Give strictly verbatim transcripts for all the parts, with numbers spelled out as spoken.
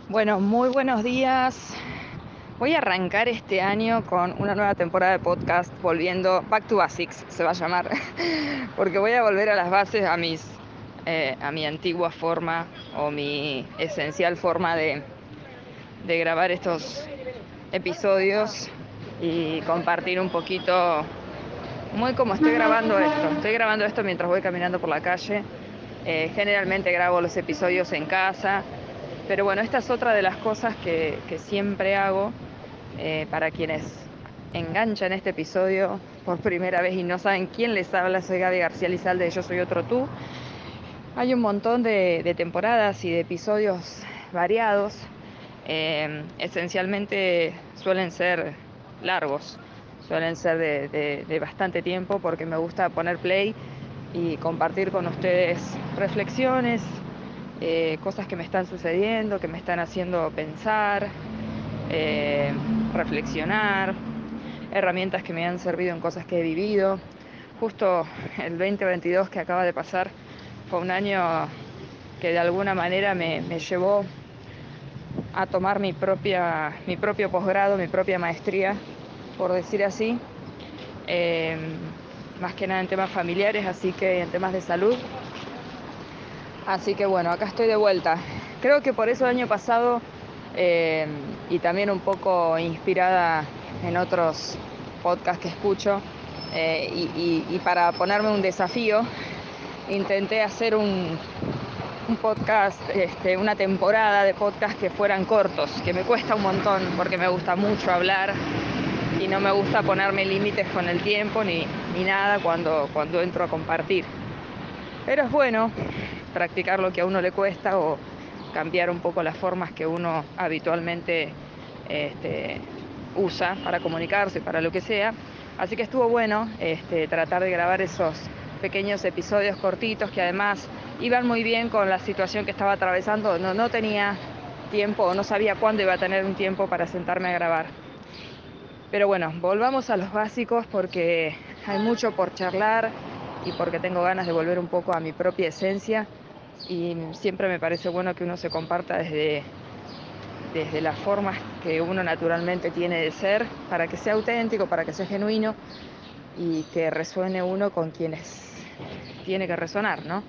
Bueno, muy buenos días. Voy a arrancar este año con una nueva temporada de podcast, volviendo Back to Basics, se va a llamar, porque voy a volver a las bases, a mis, eh, a mi antigua forma o mi esencial forma de, de grabar estos episodios y compartir un poquito, muy como estoy grabando esto. Estoy grabando esto mientras voy caminando por la calle. Eh, generalmente grabo los episodios en casa, pero bueno, esta es otra de las cosas que, que siempre hago. Eh, para quienes enganchan este episodio por primera vez y no saben quién les habla, soy Gaby García Lizalde, Yo Soy Otro Tú. Hay un montón de, de temporadas y de episodios variados. Eh, esencialmente suelen ser largos, suelen ser de, de, de bastante tiempo, porque me gusta poner play y compartir con ustedes reflexiones, eh, cosas que me están sucediendo, que me están haciendo pensar, eh, reflexionar, herramientas que me han servido en cosas que he vivido. Justo el veinte veintidós que acaba de pasar fue un año que de alguna manera me, me llevó a tomar mi propia, mi propio posgrado, mi propia maestría, por decir así, eh, más que nada en temas familiares, así que en temas de salud. Así que bueno, acá estoy de vuelta. Creo que por eso el año pasado, eh, y también un poco inspirada en otros podcasts que escucho, eh, y, y, y para ponerme un desafío, intenté hacer un, un podcast, este, una temporada de podcast que fueran cortos, que me cuesta un montón porque me gusta mucho hablar y no me gusta ponerme límites con el tiempo ni, ni nada cuando, cuando entro a compartir. Pero es bueno practicar lo que a uno le cuesta o cambiar un poco las formas que uno habitualmente este, usa para comunicarse, para lo que sea. Así que estuvo bueno este, tratar de grabar esos pequeños episodios cortitos que además iban muy bien con la situación que estaba atravesando. No, no tenía tiempo o no sabía cuándo iba a tener un tiempo para sentarme a grabar. Pero bueno, volvamos a los básicos porque hay mucho por charlar y porque tengo ganas de volver un poco a mi propia esencia, y siempre me parece bueno que uno se comparta desde, desde las formas que uno naturalmente tiene de ser, para que sea auténtico, para que sea genuino y que resuene uno con quienes tiene que resonar, ¿no?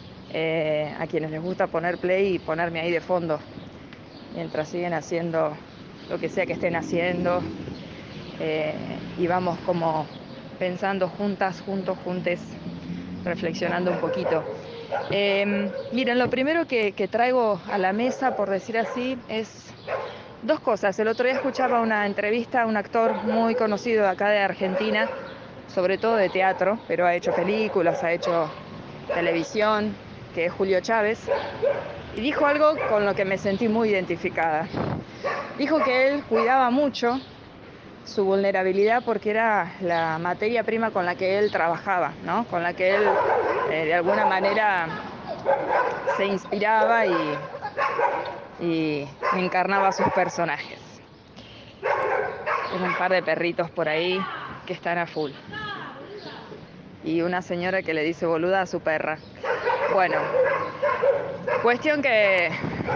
Eh, a quienes les gusta poner play y ponerme ahí de fondo mientras siguen haciendo lo que sea que estén haciendo, eh, y vamos como pensando juntas, juntos, juntes, reflexionando un poquito. Eh, miren, lo primero que, que traigo a la mesa, por decir así, es dos cosas. El otro día escuchaba una entrevista a un actor muy conocido de acá de Argentina, sobre todo de teatro, pero ha hecho películas, ha hecho televisión, que es Julio Chávez, y dijo algo con lo que me sentí muy identificada. Dijo que él cuidaba mucho su vulnerabilidad porque era la materia prima con la que él trabajaba, ¿no? Con la que él eh, de alguna manera se inspiraba y, y encarnaba sus personajes. Tengo un par de perritos por ahí que están a full. Y una señora que le dice boluda a su perra. Bueno, cuestión que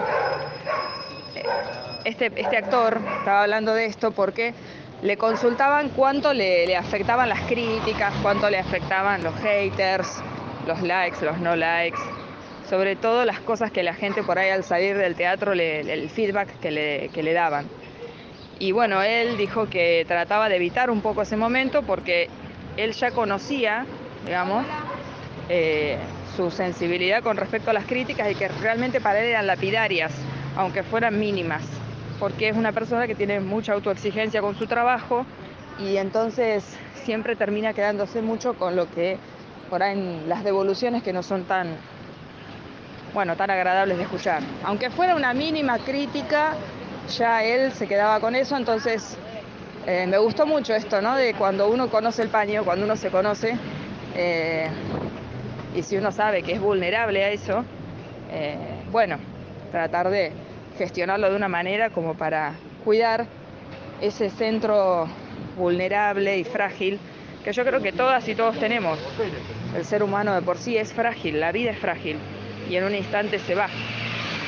este, este actor estaba hablando de esto porque le consultaban cuánto le, le afectaban las críticas, cuánto le afectaban los haters, los likes, los no likes, sobre todo las cosas que la gente por ahí al salir del teatro, le, el feedback que le, que le daban. Y bueno, él dijo que trataba de evitar un poco ese momento porque él ya conocía, digamos, eh, su sensibilidad con respecto a las críticas, y que realmente para él eran lapidarias, aunque fueran mínimas, porque es una persona que tiene mucha autoexigencia con su trabajo y entonces siempre termina quedándose mucho con lo que por ahí en las devoluciones que no son tan, bueno, tan agradables de escuchar. Aunque fuera una mínima crítica, ya él se quedaba con eso, entonces eh, me gustó mucho esto, ¿no? De cuando uno conoce el paño, cuando uno se conoce, eh, y si uno sabe que es vulnerable a eso, eh, bueno, tratar de gestionarlo de una manera como para cuidar ese centro vulnerable y frágil que yo creo que todas y todos tenemos. El ser humano de por sí es frágil, la vida es frágil y en un instante se va.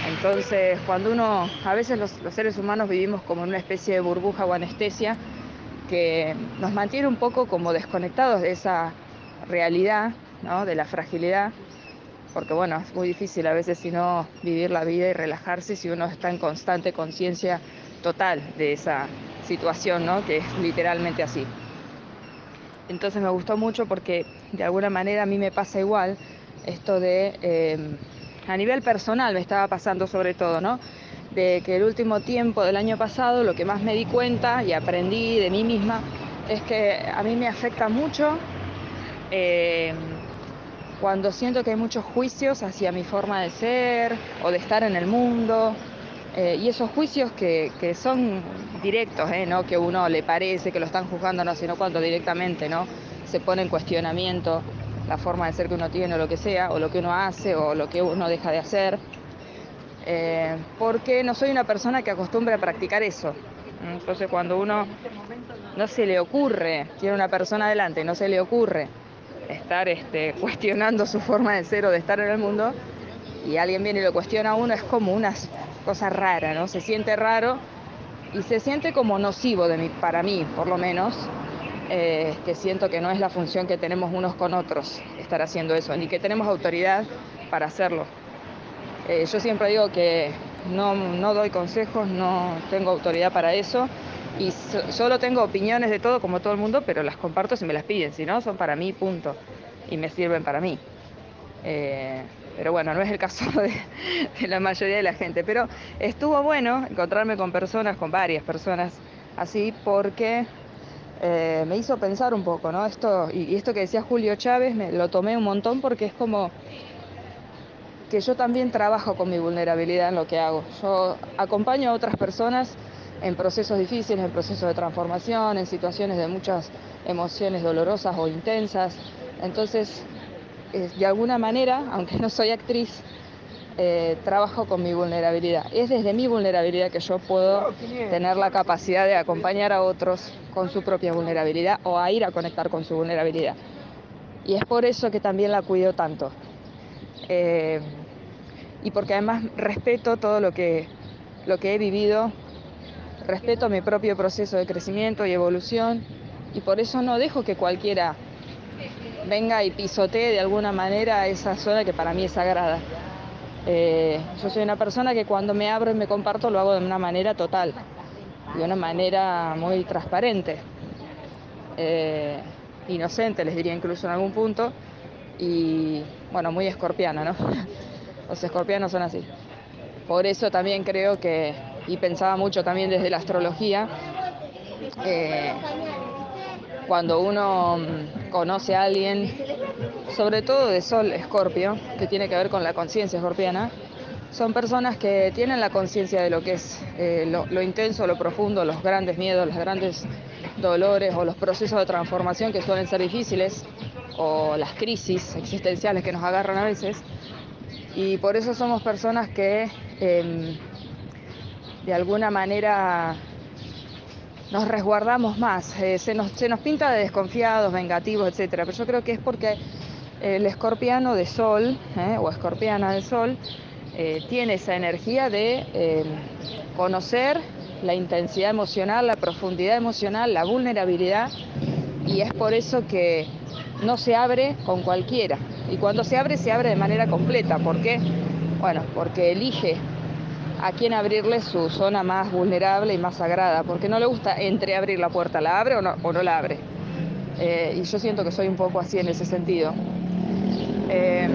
Entonces, cuando uno, a veces los, los seres humanos vivimos como en una especie de burbuja o anestesia que nos mantiene un poco como desconectados de esa realidad, ¿no? De la fragilidad, porque bueno, es muy difícil a veces si no vivir la vida y relajarse si uno está en constante conciencia total de esa situación, ¿no? Que es literalmente así. Entonces me gustó mucho porque de alguna manera a mí me pasa igual esto de, eh, a nivel personal me estaba pasando sobre todo, ¿no? De que el último tiempo del año pasado lo que más me di cuenta y aprendí de mí misma es que a mí me afecta mucho eh, cuando siento que hay muchos juicios hacia mi forma de ser o de estar en el mundo. Eh, y esos juicios que, que son directos, ¿eh? No que uno le parece que lo están juzgando, no, sino cuando directamente, ¿no? Se pone en cuestionamiento la forma de ser que uno tiene o lo que sea, o lo que uno hace o lo que uno deja de hacer. Eh, porque no soy una persona que acostumbre a practicar eso. Entonces cuando uno no se le ocurre, tiene una persona adelante, no se le ocurre estar este, cuestionando su forma de ser o de estar en el mundo, y alguien viene y lo cuestiona a uno, es como una cosa rara, ¿no? Se siente raro y se siente como nocivo de mí, para mí, por lo menos, eh, que siento que no es la función que tenemos unos con otros estar haciendo eso, ni que tenemos autoridad para hacerlo. Eh, yo siempre digo que no, no doy consejos, no tengo autoridad para eso y so, solo tengo opiniones de todo como todo el mundo, pero las comparto si me las piden, si no, son para mí, punto, y me sirven para mí. Eh, pero bueno, no es el caso de, de la mayoría de la gente. Pero estuvo bueno encontrarme con personas, con varias personas así, porque eh, me hizo pensar un poco, ¿no? Esto, y, y esto que decía Julio Chávez, me lo tomé un montón porque es como que yo también trabajo con mi vulnerabilidad en lo que hago. Yo acompaño a otras personas en procesos difíciles, en procesos de transformación, en situaciones de muchas emociones dolorosas o intensas. Entonces, eh, de alguna manera, aunque no soy actriz, eh, trabajo con mi vulnerabilidad. Es desde mi vulnerabilidad que yo puedo tener la capacidad de acompañar a otros con su propia vulnerabilidad o a ir a conectar con su vulnerabilidad. Y es por eso que también la cuido tanto. Eh, y porque además respeto todo lo que, lo que he vivido, respeto mi propio proceso de crecimiento y evolución, y por eso no dejo que cualquiera venga y pisotee de alguna manera esa zona que para mí es sagrada. Eh, yo soy una persona que cuando me abro y me comparto lo hago de una manera total, de una manera muy transparente, eh, inocente les diría incluso en algún punto, y bueno, muy escorpiana, ¿no? Los escorpianos son así. Por eso también creo que, y pensaba mucho también desde la astrología, eh, cuando uno mm, conoce a alguien, sobre todo de Sol Escorpio, que tiene que ver con la conciencia escorpiana, son personas que tienen la conciencia de lo que es eh, lo, lo intenso, lo profundo, los grandes miedos, los grandes dolores o los procesos de transformación que suelen ser difíciles, o las crisis existenciales que nos agarran a veces. Y por eso somos personas que eh, de alguna manera nos resguardamos más, eh, se, nos, se nos pinta de desconfiados, vengativos, etcétera. Pero yo creo que es porque el escorpiano de Sol, eh, o escorpiana de Sol, eh, tiene esa energía de eh, conocer la intensidad emocional, la profundidad emocional, la vulnerabilidad, y es por eso que no se abre con cualquiera. Y cuando se abre, se abre de manera completa. ¿Por qué? Bueno, porque elige a quién abrirle su zona más vulnerable y más sagrada, porque no le gusta entreabrir la puerta, la abre o no, o no la abre. Eh, y yo siento que soy un poco así en ese sentido. Eh,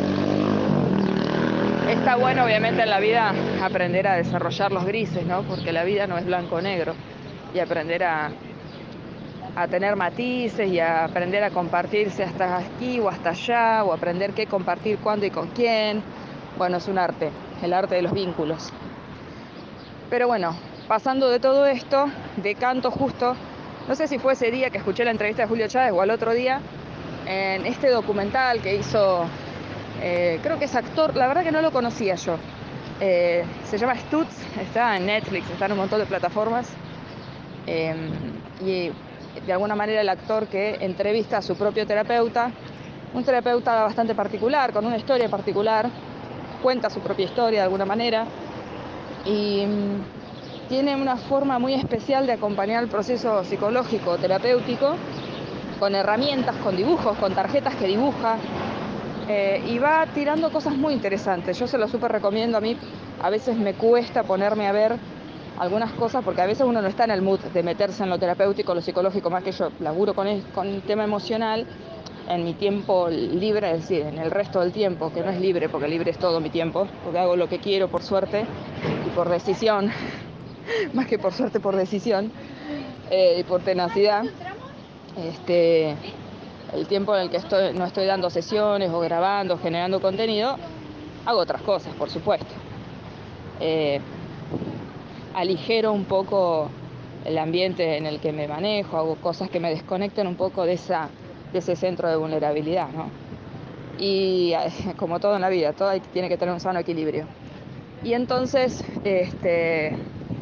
está bueno obviamente en la vida aprender a desarrollar los grises, ¿no? Porque la vida no es blanco o negro, y aprender a, a tener matices y a aprender a compartirse hasta aquí o hasta allá, o aprender qué compartir, cuándo y con quién. Bueno, es un arte, el arte de los vínculos. Pero bueno, pasando de todo esto, decanto justo, no sé si fue ese día que escuché la entrevista de Julio Chávez o al otro día, en este documental que hizo, eh, creo que es actor, la verdad que no lo conocía yo. Eh, se llama Stutz, está en Netflix, está en un montón de plataformas. Eh, y de alguna manera el actor que entrevista a su propio terapeuta, un terapeuta bastante particular, con una historia particular, cuenta su propia historia de alguna manera y mm, tiene una forma muy especial de acompañar el proceso psicológico, terapéutico, con herramientas, con dibujos, con tarjetas que dibuja, eh, y va tirando cosas muy interesantes. Yo se lo súper recomiendo. A mí a veces me cuesta ponerme a ver algunas cosas porque a veces uno no está en el mood de meterse en lo terapéutico, lo psicológico, más que yo laburo con el, con el tema emocional en mi tiempo libre, es decir, en el resto del tiempo, que no es libre, porque libre es todo mi tiempo, porque hago lo que quiero por suerte y por decisión, más que por suerte, por decisión, eh, y por tenacidad. Este, el tiempo en el que estoy, no estoy dando sesiones o grabando, generando contenido, hago otras cosas, por supuesto. Eh, aligero un poco el ambiente en el que me manejo, hago cosas que me desconecten un poco de, esa, de ese centro de vulnerabilidad, ¿no? Y como todo en la vida, todo hay, tiene que tener un sano equilibrio. Y entonces este,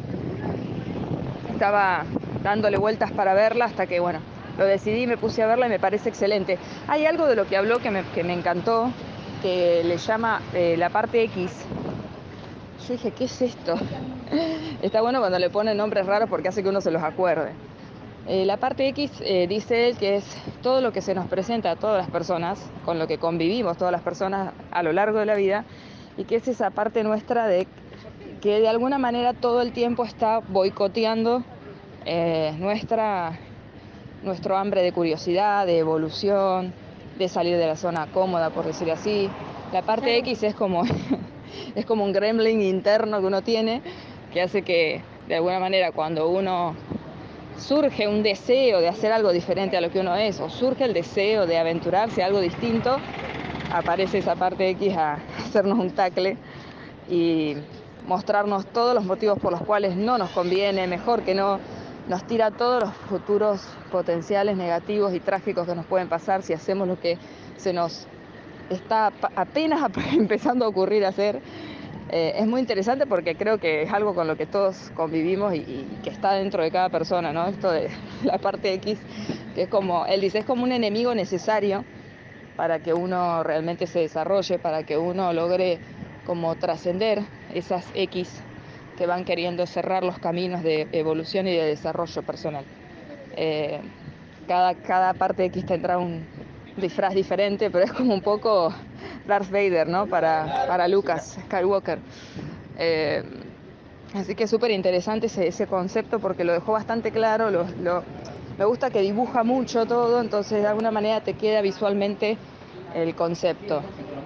estaba dándole vueltas para verla hasta que, bueno, lo decidí, me puse a verla y me parece excelente. Hay algo de lo que habló que me, que me encantó, que le llama eh, la parte X. Yo dije, ¿qué es esto? Está bueno cuando le ponen nombres raros porque hace que uno se los acuerde. Eh, la parte X, eh, dice él, que es todo lo que se nos presenta a todas las personas, con lo que convivimos todas las personas a lo largo de la vida, y que es esa parte nuestra de que de alguna manera todo el tiempo está boicoteando eh, nuestra, nuestro hambre de curiosidad, de evolución, de salir de la zona cómoda, por decir así. La parte X es como, es como un gremlin interno que uno tiene, que hace que de alguna manera cuando uno surge un deseo de hacer algo diferente a lo que uno es, o surge el deseo de aventurarse a algo distinto, aparece esa parte X a hacernos un tackle y mostrarnos todos los motivos por los cuales no nos conviene, mejor que no, nos tira todos los futuros potenciales negativos y trágicos que nos pueden pasar si hacemos lo que se nos está apenas empezando a ocurrir hacer. Eh, es muy interesante porque creo que es algo con lo que todos convivimos y, y que está dentro de cada persona, ¿no? Esto de la parte X, que es como, él dice, es como un enemigo necesario para que uno realmente se desarrolle, para que uno logre como trascender esas X que van queriendo cerrar los caminos de evolución y de desarrollo personal. Eh, cada, cada parte X tendrá un disfraz diferente, pero es como un poco Darth Vader, ¿no? Para, para Lucas Skywalker. Eh, así que es súper interesante ese, ese concepto porque lo dejó bastante claro, lo, lo, me gusta que dibuja mucho todo, entonces de alguna manera te queda visualmente el concepto.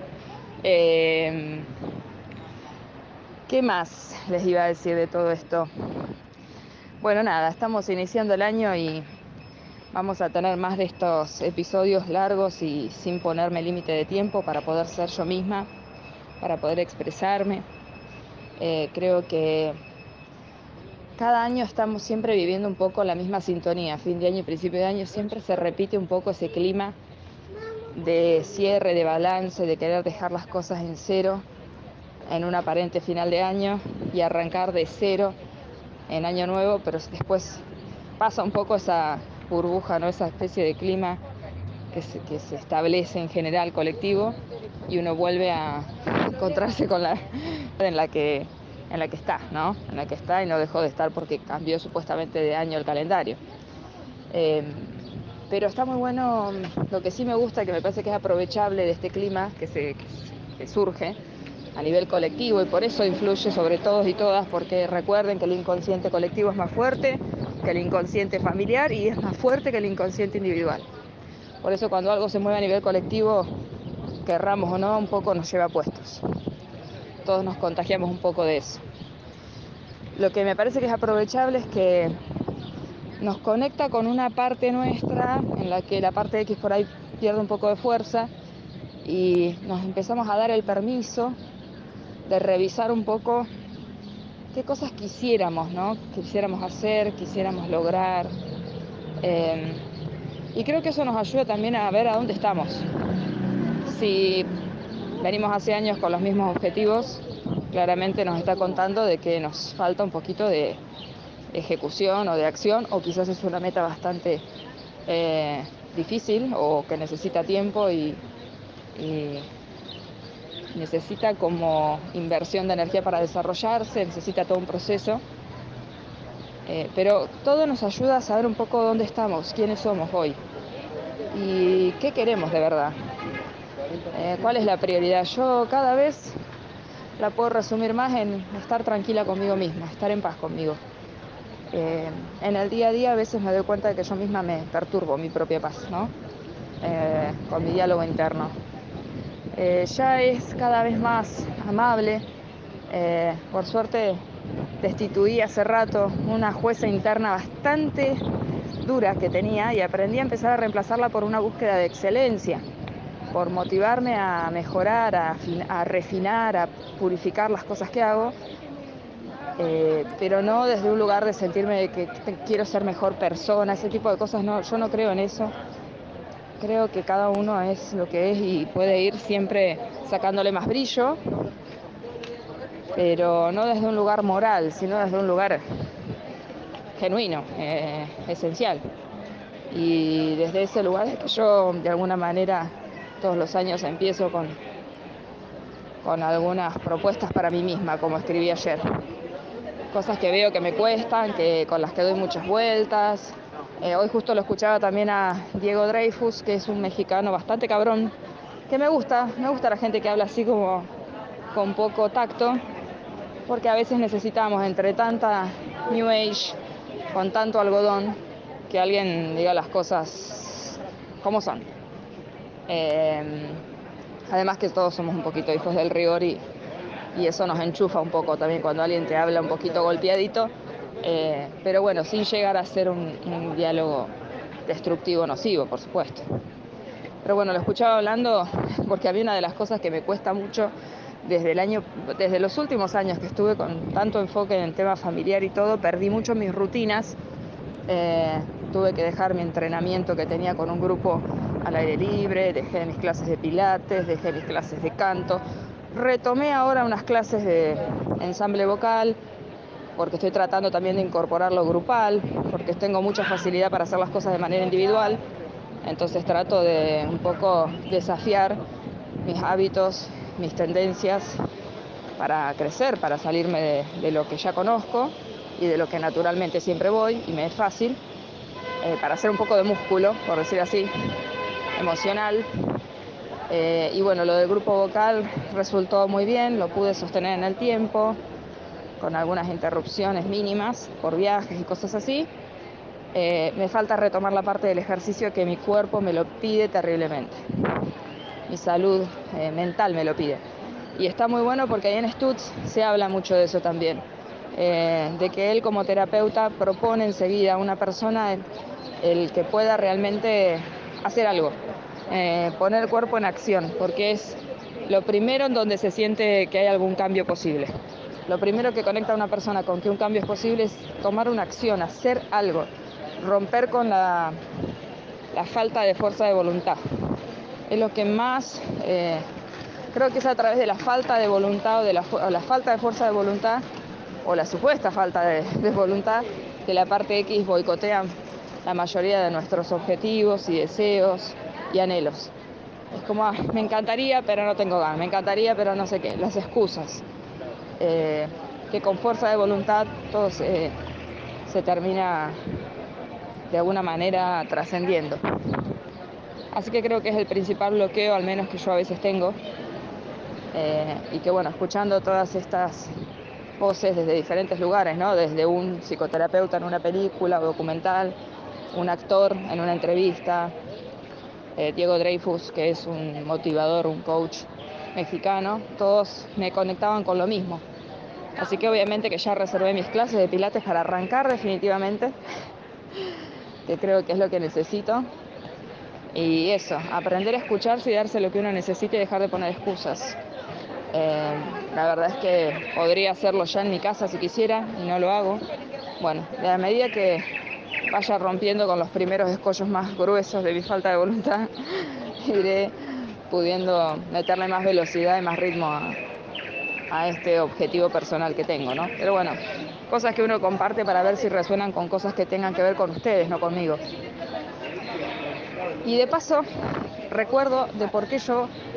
Eh, ¿Qué más les iba a decir de todo esto? Bueno, nada, estamos iniciando el año y vamos a tener más de estos episodios largos y sin ponerme límite de tiempo para poder ser yo misma, para poder expresarme. Eh, creo que cada año estamos siempre viviendo un poco la misma sintonía. Fin de año y principio de año siempre se repite un poco ese clima de cierre, de balance, de querer dejar las cosas en cero en un aparente final de año y arrancar de cero en año nuevo, pero después pasa un poco esa burbuja, ¿no? Esa especie de clima que se, que se establece en general colectivo y uno vuelve a encontrarse con la en la que en la que está, ¿no? En la que está y no dejó de estar porque cambió supuestamente de año el calendario. Eh, pero está muy bueno, lo que sí me gusta, que me parece que es aprovechable de este clima que, se, que, que surge a nivel colectivo y por eso influye sobre todos y todas, porque recuerden que el inconsciente colectivo es más fuerte que el inconsciente familiar y es más fuerte que el inconsciente individual. Por eso cuando algo se mueve a nivel colectivo, querramos o no, un poco nos lleva puestos. Todos nos contagiamos un poco de eso. Lo que me parece que es aprovechable es que nos conecta con una parte nuestra en la que la parte X por ahí pierde un poco de fuerza y nos empezamos a dar el permiso de revisar un poco qué cosas quisiéramos, ¿no? Quisiéramos hacer, quisiéramos lograr. Eh, y creo que eso nos ayuda también a ver a dónde estamos. Si venimos hace años con los mismos objetivos, claramente nos está contando de que nos falta un poquito de ejecución o de acción, o quizás es una meta bastante eh, difícil o que necesita tiempo y, y, necesita como inversión de energía para desarrollarse, necesita todo un proceso, eh, pero todo nos ayuda a saber un poco dónde estamos, quiénes somos hoy y qué queremos de verdad, eh, cuál es la prioridad. Yo cada vez la puedo resumir más en estar tranquila conmigo misma, estar en paz conmigo. Eh, en el día a día a veces me doy cuenta de que yo misma me perturbo mi propia paz, ¿no? Eh, con mi diálogo interno. Eh, ya es cada vez más amable. Eh, por suerte destituí hace rato una jueza interna bastante dura que tenía y aprendí a empezar a reemplazarla por una búsqueda de excelencia, por motivarme a mejorar, a, a refinar, a purificar las cosas que hago, eh, pero no desde un lugar de sentirme que quiero ser mejor persona, ese tipo de cosas. No, yo no creo en eso. Creo que cada uno es lo que es y puede ir siempre sacándole más brillo, pero no desde un lugar moral, sino desde un lugar genuino, eh, esencial. Y desde ese lugar es que yo, de alguna manera, todos los años empiezo con, con algunas propuestas para mí misma, como escribí ayer. Cosas que veo que me cuestan, que, con las que doy muchas vueltas. Eh, hoy justo lo escuchaba también a Diego Dreyfus, que es un mexicano bastante cabrón, que me gusta, me gusta la gente que habla así como con poco tacto, porque a veces necesitamos, entre tanta New Age, con tanto algodón, que alguien diga las cosas como son. Eh, además que todos somos un poquito hijos del rigor y, y eso nos enchufa un poco también cuando alguien te habla un poquito golpeadito, eh, pero bueno, sin llegar a ser un, un diálogo destructivo, nocivo, por supuesto. Pero bueno, lo escuchaba hablando porque a mí una de las cosas que me cuesta mucho desde el año, desde los últimos años que estuve con tanto enfoque en el tema familiar y todo, perdí mucho mis rutinas. Eh, tuve que dejar mi entrenamiento que tenía con un grupo al aire libre, dejé mis clases de pilates, dejé mis clases de canto, retomé ahora unas clases de ensamble vocal, porque estoy tratando también de incorporar lo grupal, porque tengo mucha facilidad para hacer las cosas de manera individual. Entonces trato de un poco desafiar mis hábitos, mis tendencias para crecer, para salirme de, de lo que ya conozco y de lo que naturalmente siempre voy y me es fácil, eh, para hacer un poco de músculo, por decir así, emocional. Eh, y bueno, lo del grupo vocal resultó muy bien, lo pude sostener en el tiempo, con algunas interrupciones mínimas por viajes y cosas así. Eh, me falta retomar la parte del ejercicio que mi cuerpo me lo pide terriblemente. Mi salud eh, mental me lo pide. Y está muy bueno porque ahí en Stutz se habla mucho de eso también. Eh, de que él como terapeuta propone enseguida a una persona el, el que pueda realmente hacer algo, eh, poner el cuerpo en acción, porque es lo primero en donde se siente que hay algún cambio posible. Lo primero que conecta a una persona con que un cambio es posible es tomar una acción, hacer algo, romper con la, la falta de fuerza de voluntad. Es lo que más, eh, creo que es a través de la falta de voluntad o de la, o la falta de fuerza de voluntad o la supuesta falta de, de voluntad que la parte X boicotea la mayoría de nuestros objetivos y deseos y anhelos. Es como, ah, me encantaría pero no tengo ganas, me encantaría pero no sé qué, las excusas. Eh, que con fuerza de voluntad todo se, se termina de alguna manera trascendiendo. Así que creo que es el principal bloqueo, al menos que yo a veces tengo, eh, y que bueno, escuchando todas estas voces desde diferentes lugares, ¿no? Desde un psicoterapeuta en una película o documental, un actor en una entrevista, eh, Diego Dreyfus, que es un motivador, un coach mexicano, todos me conectaban con lo mismo. Así que obviamente que ya reservé mis clases de pilates para arrancar definitivamente, que creo que es lo que necesito. Y eso, aprender a escucharse y darse lo que uno necesita y dejar de poner excusas. Eh, la verdad es que podría hacerlo ya en mi casa si quisiera y no lo hago. Bueno, a medida que vaya rompiendo con los primeros escollos más gruesos de mi falta de voluntad, iré pudiendo meterle más velocidad y más ritmo a, a este objetivo personal que tengo, ¿no? Pero bueno, cosas que uno comparte para ver si resuenan con cosas que tengan que ver con ustedes, no conmigo. Y de paso, recuerdo de por qué yo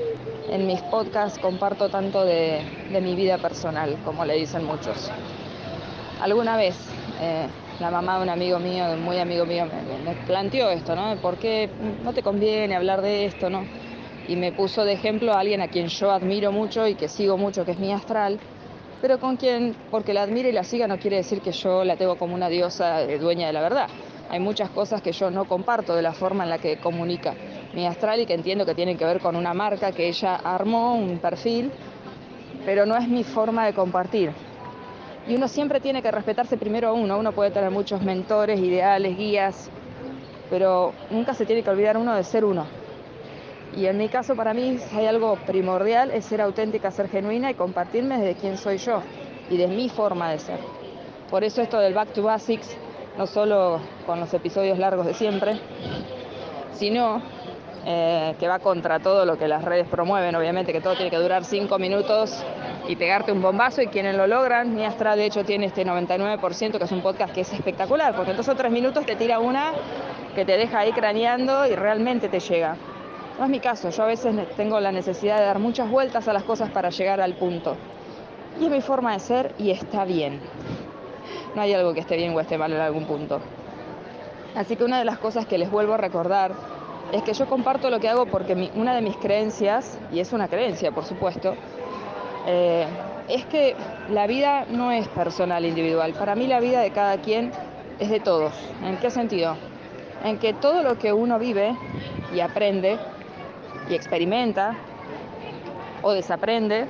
en mis podcasts comparto tanto de, de mi vida personal, como le dicen muchos. Alguna vez eh, la mamá de un amigo mío, de un muy amigo mío, me, me planteó esto, ¿no? ¿Por qué no te conviene hablar de esto, no? Y me puso de ejemplo a alguien a quien yo admiro mucho y que sigo mucho, que es mi astral, pero con quien, porque la admire y la siga, no quiere decir que yo la tengo como una diosa eh, dueña de la verdad. Hay muchas cosas que yo no comparto de la forma en la que comunica mi astral y que entiendo que tienen que ver con una marca que ella armó, un perfil, pero no es mi forma de compartir. Y uno siempre tiene que respetarse primero a uno. Uno puede tener muchos mentores, ideales, guías, pero nunca se tiene que olvidar uno de ser uno. Y en mi caso, para mí, si hay algo primordial, es ser auténtica, ser genuina y compartirme desde quién soy yo y de mi forma de ser. Por eso esto del Back to Basics, no solo con los episodios largos de siempre, sino eh, que va contra todo lo que las redes promueven, obviamente, que todo tiene que durar cinco minutos y pegarte un bombazo, y quienes lo logran, mi Astra de hecho tiene este noventa y nueve por ciento, que es un podcast que es espectacular, porque en dos o tres minutos te tira una que te deja ahí craneando y realmente te llega. No es mi caso, yo a veces tengo la necesidad de dar muchas vueltas a las cosas para llegar al punto. Y es mi forma de ser y está bien. No hay algo que esté bien o esté mal en algún punto. Así que una de las cosas que les vuelvo a recordar es que yo comparto lo que hago porque mi, una de mis creencias, y es una creencia por supuesto, eh, es que la vida no es personal, individual. Para mí la vida de cada quien es de todos. ¿En qué sentido? En que todo lo que uno vive y aprende y experimenta o desaprende,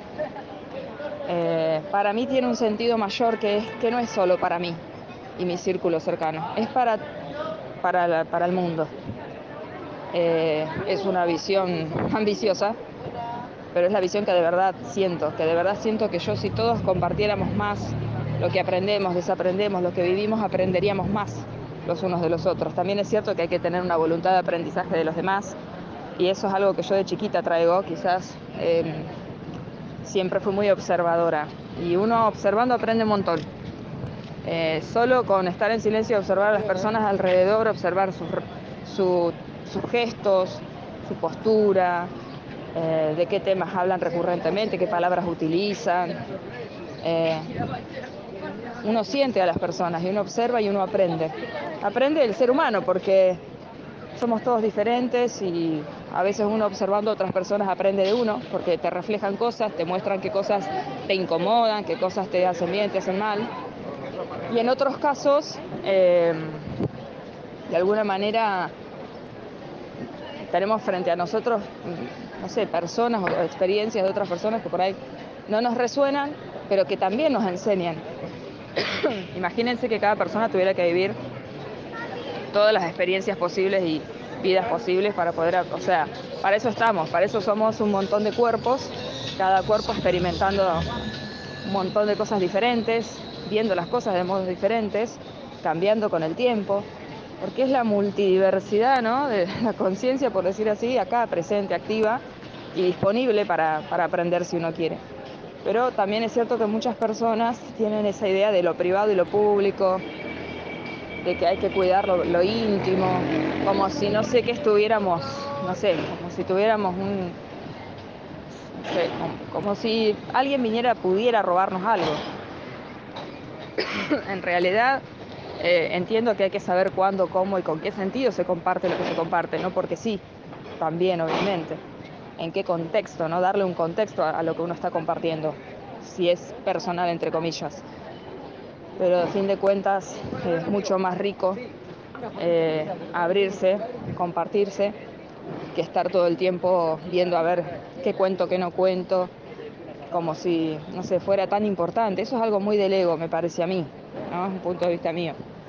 eh, para mí tiene un sentido mayor que, es, que no es solo para mí y mi círculo cercano, es para, para, la, para el mundo. Eh, es una visión ambiciosa, pero es la visión que de verdad siento, que de verdad siento que yo, si todos compartiéramos más lo que aprendemos, desaprendemos, lo que vivimos, aprenderíamos más los unos de los otros. También es cierto que hay que tener una voluntad de aprendizaje de los demás, y eso es algo que yo de chiquita traigo, quizás eh, siempre fui muy observadora, y uno observando aprende un montón. Eh, solo con estar en silencio y observar a las personas alrededor, observar sus, su, sus gestos, su postura, eh, de qué temas hablan recurrentemente, qué palabras utilizan. Eh, uno siente a las personas y uno observa y uno aprende. Aprende del ser humano porque somos todos diferentes, y a veces uno observando a otras personas aprende de uno porque te reflejan cosas, te muestran qué cosas te incomodan, qué cosas te hacen bien, te hacen mal. Y en otros casos, eh, de alguna manera, tenemos frente a nosotros, no sé, personas o experiencias de otras personas que por ahí no nos resuenan, pero que también nos enseñan. Imagínense que cada persona tuviera que vivir todas las experiencias posibles y vidas posibles para poder, o sea, para eso estamos, para eso somos un montón de cuerpos, cada cuerpo experimentando un montón de cosas diferentes, viendo las cosas de modos diferentes, cambiando con el tiempo, porque es la multidiversidad, ¿no?, de la conciencia, por decir así, acá presente, activa y disponible para, para aprender si uno quiere. Pero también es cierto que muchas personas tienen esa idea de lo privado y lo público, de que hay que cuidar lo, lo íntimo, como si no sé qué estuviéramos, no sé, como si tuviéramos un, no sé, como, como si alguien viniera, pudiera robarnos algo. En realidad, eh, entiendo que hay que saber cuándo, cómo y con qué sentido se comparte lo que se comparte, no porque sí, también obviamente, en qué contexto, ¿no? Darle un contexto a, a lo que uno está compartiendo, si es personal, entre comillas. Pero a fin de cuentas es mucho más rico eh, abrirse, compartirse, que estar todo el tiempo viendo a ver qué cuento, qué no cuento, como si, no sé, fuera tan importante. Eso es algo muy del ego, me parece a mí, ¿no? Es un punto de vista mío.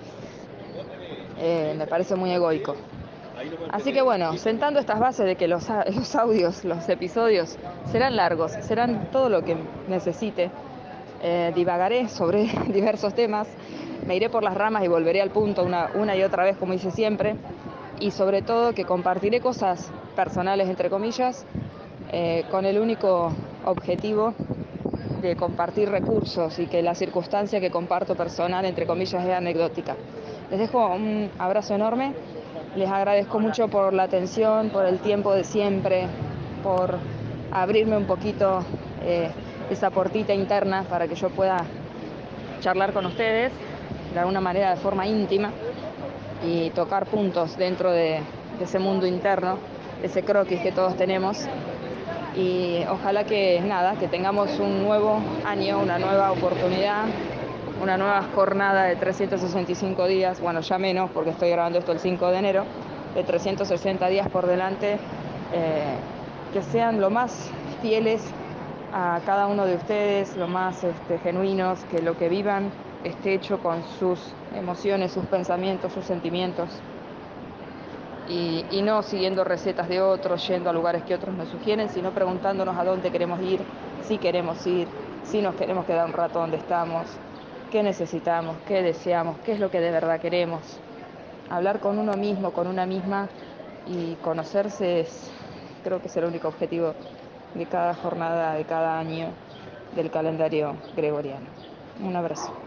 Eh, me parece muy egoico. Así que bueno, sentando estas bases de que los, los audios, los episodios serán largos, serán todo lo que necesite, eh, divagaré sobre diversos temas, me iré por las ramas y volveré al punto una, una y otra vez, como hice siempre, y sobre todo que compartiré cosas personales, entre comillas, eh, con el único objetivo de compartir recursos, y que la circunstancia que comparto personal, entre comillas, es anecdótica. Les dejo un abrazo enorme, les agradezco mucho por la atención, por el tiempo de siempre, por abrirme un poquito eh, esa portita interna para que yo pueda charlar con ustedes de alguna manera de forma íntima y tocar puntos dentro de, de ese mundo interno, ese croquis que todos tenemos. Y ojalá que nada, que tengamos un nuevo año, una nueva oportunidad, una nueva jornada de trescientos sesenta y cinco días, bueno, ya menos porque estoy grabando esto el cinco de enero, de trescientos sesenta días por delante, eh, que sean lo más fieles a cada uno de ustedes, lo más este, genuinos, que lo que vivan esté hecho con sus emociones, sus pensamientos, sus sentimientos. Y, y no siguiendo recetas de otros, yendo a lugares que otros nos sugieren, sino preguntándonos a dónde queremos ir, si queremos ir, si nos queremos quedar un rato donde estamos, qué necesitamos, qué deseamos, qué es lo que de verdad queremos. Hablar con uno mismo, con una misma y conocerse es, creo que es el único objetivo de cada jornada, de cada año del calendario gregoriano. Un abrazo.